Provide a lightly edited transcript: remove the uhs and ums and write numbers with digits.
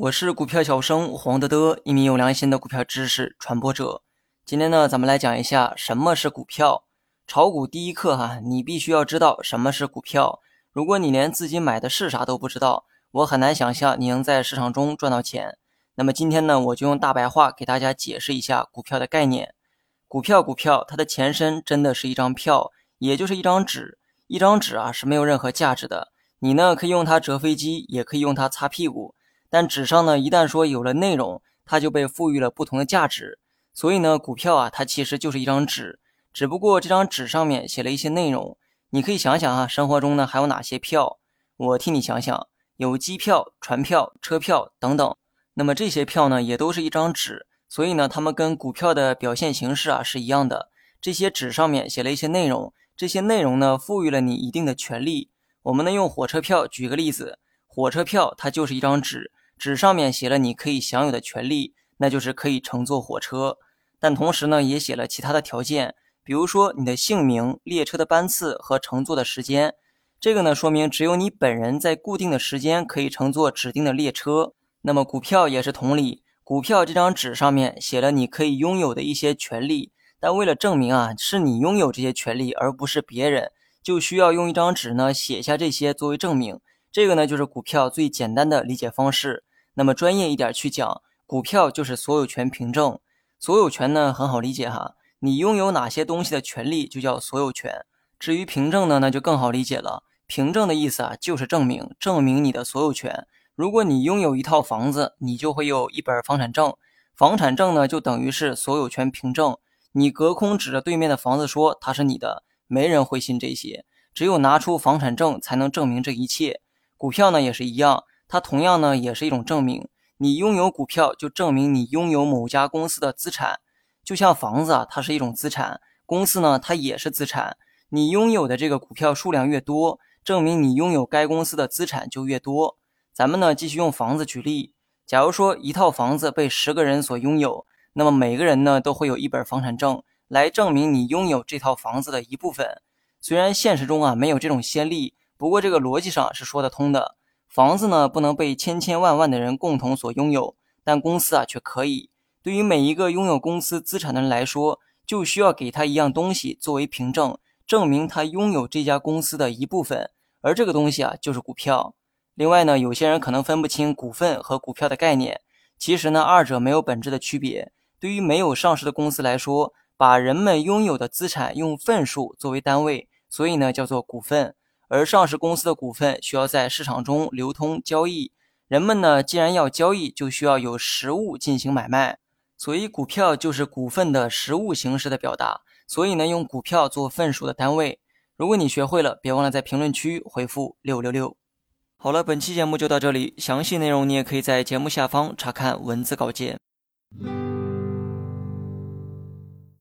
我是股票小生黄德德，一名有良心的股票知识传播者。今天呢，咱们来讲一下什么是股票。炒股第一课你必须要知道什么是股票。如果你连自己买的是啥都不知道，我很难想象你能在市场中赚到钱。那么今天呢，我就用大白话给大家解释一下股票的概念。股票，它的前身真的是一张票，也就是一张纸。一张纸是没有任何价值的。你呢可以用它折飞机，也可以用它擦屁股。但纸上呢，一旦说有了内容，它就被赋予了不同的价值。所以呢，股票它其实就是一张纸，只不过这张纸上面写了一些内容。你可以想想生活中呢还有哪些票？我替你想想，有机票、船票、车票等等。那么这些票呢，也都是一张纸，所以呢，它们跟股票的表现形式是一样的。这些纸上面写了一些内容，这些内容呢，赋予了你一定的权利。我们呢用火车票举个例子，火车票它就是一张纸。纸上面写了你可以享有的权利，那就是可以乘坐火车，但同时呢也写了其他的条件，比如说你的姓名、列车的班次和乘坐的时间。这个呢说明只有你本人在固定的时间可以乘坐指定的列车。那么股票也是同理，股票这张纸上面写了你可以拥有的一些权利，但为了证明是你拥有这些权利而不是别人，就需要用一张纸呢写下这些作为证明。这个呢就是股票最简单的理解方式。那么专业一点去讲，股票就是所有权凭证。所有权呢很好理解你拥有哪些东西的权利就叫所有权。至于凭证呢，那就更好理解了。凭证的意思就是证明你的所有权。如果你拥有一套房子，你就会有一本房产证。房产证呢就等于是所有权凭证。你隔空指着对面的房子说它是你的，没人会信这些，只有拿出房产证才能证明这一切。股票呢也是一样，它同样呢也是一种证明。你拥有股票就证明你拥有某家公司的资产，就像房子它是一种资产，公司呢它也是资产。你拥有的这个股票数量越多，证明你拥有该公司的资产就越多。咱们呢继续用房子举例，假如说一套房子被10个人所拥有，那么每个人呢都会有一本房产证来证明你拥有这套房子的一部分。虽然现实中没有这种先例，不过这个逻辑上是说得通的。房子呢不能被千千万万的人共同所拥有，但公司却可以。对于每一个拥有公司资产的人来说，就需要给他一样东西作为凭证，证明他拥有这家公司的一部分，而这个东西就是股票。另外呢，有些人可能分不清股份和股票的概念，其实呢二者没有本质的区别。对于没有上市的公司来说，把人们拥有的资产用份数作为单位，所以呢叫做股份。而上市公司的股份需要在市场中流通交易，人们呢既然要交易，就需要有实物进行买卖，所以股票就是股份的实物形式的表达，所以呢用股票做份数的单位。如果你学会了，别忘了在评论区回复666。好了，本期节目就到这里，详细内容你也可以在节目下方查看文字稿件。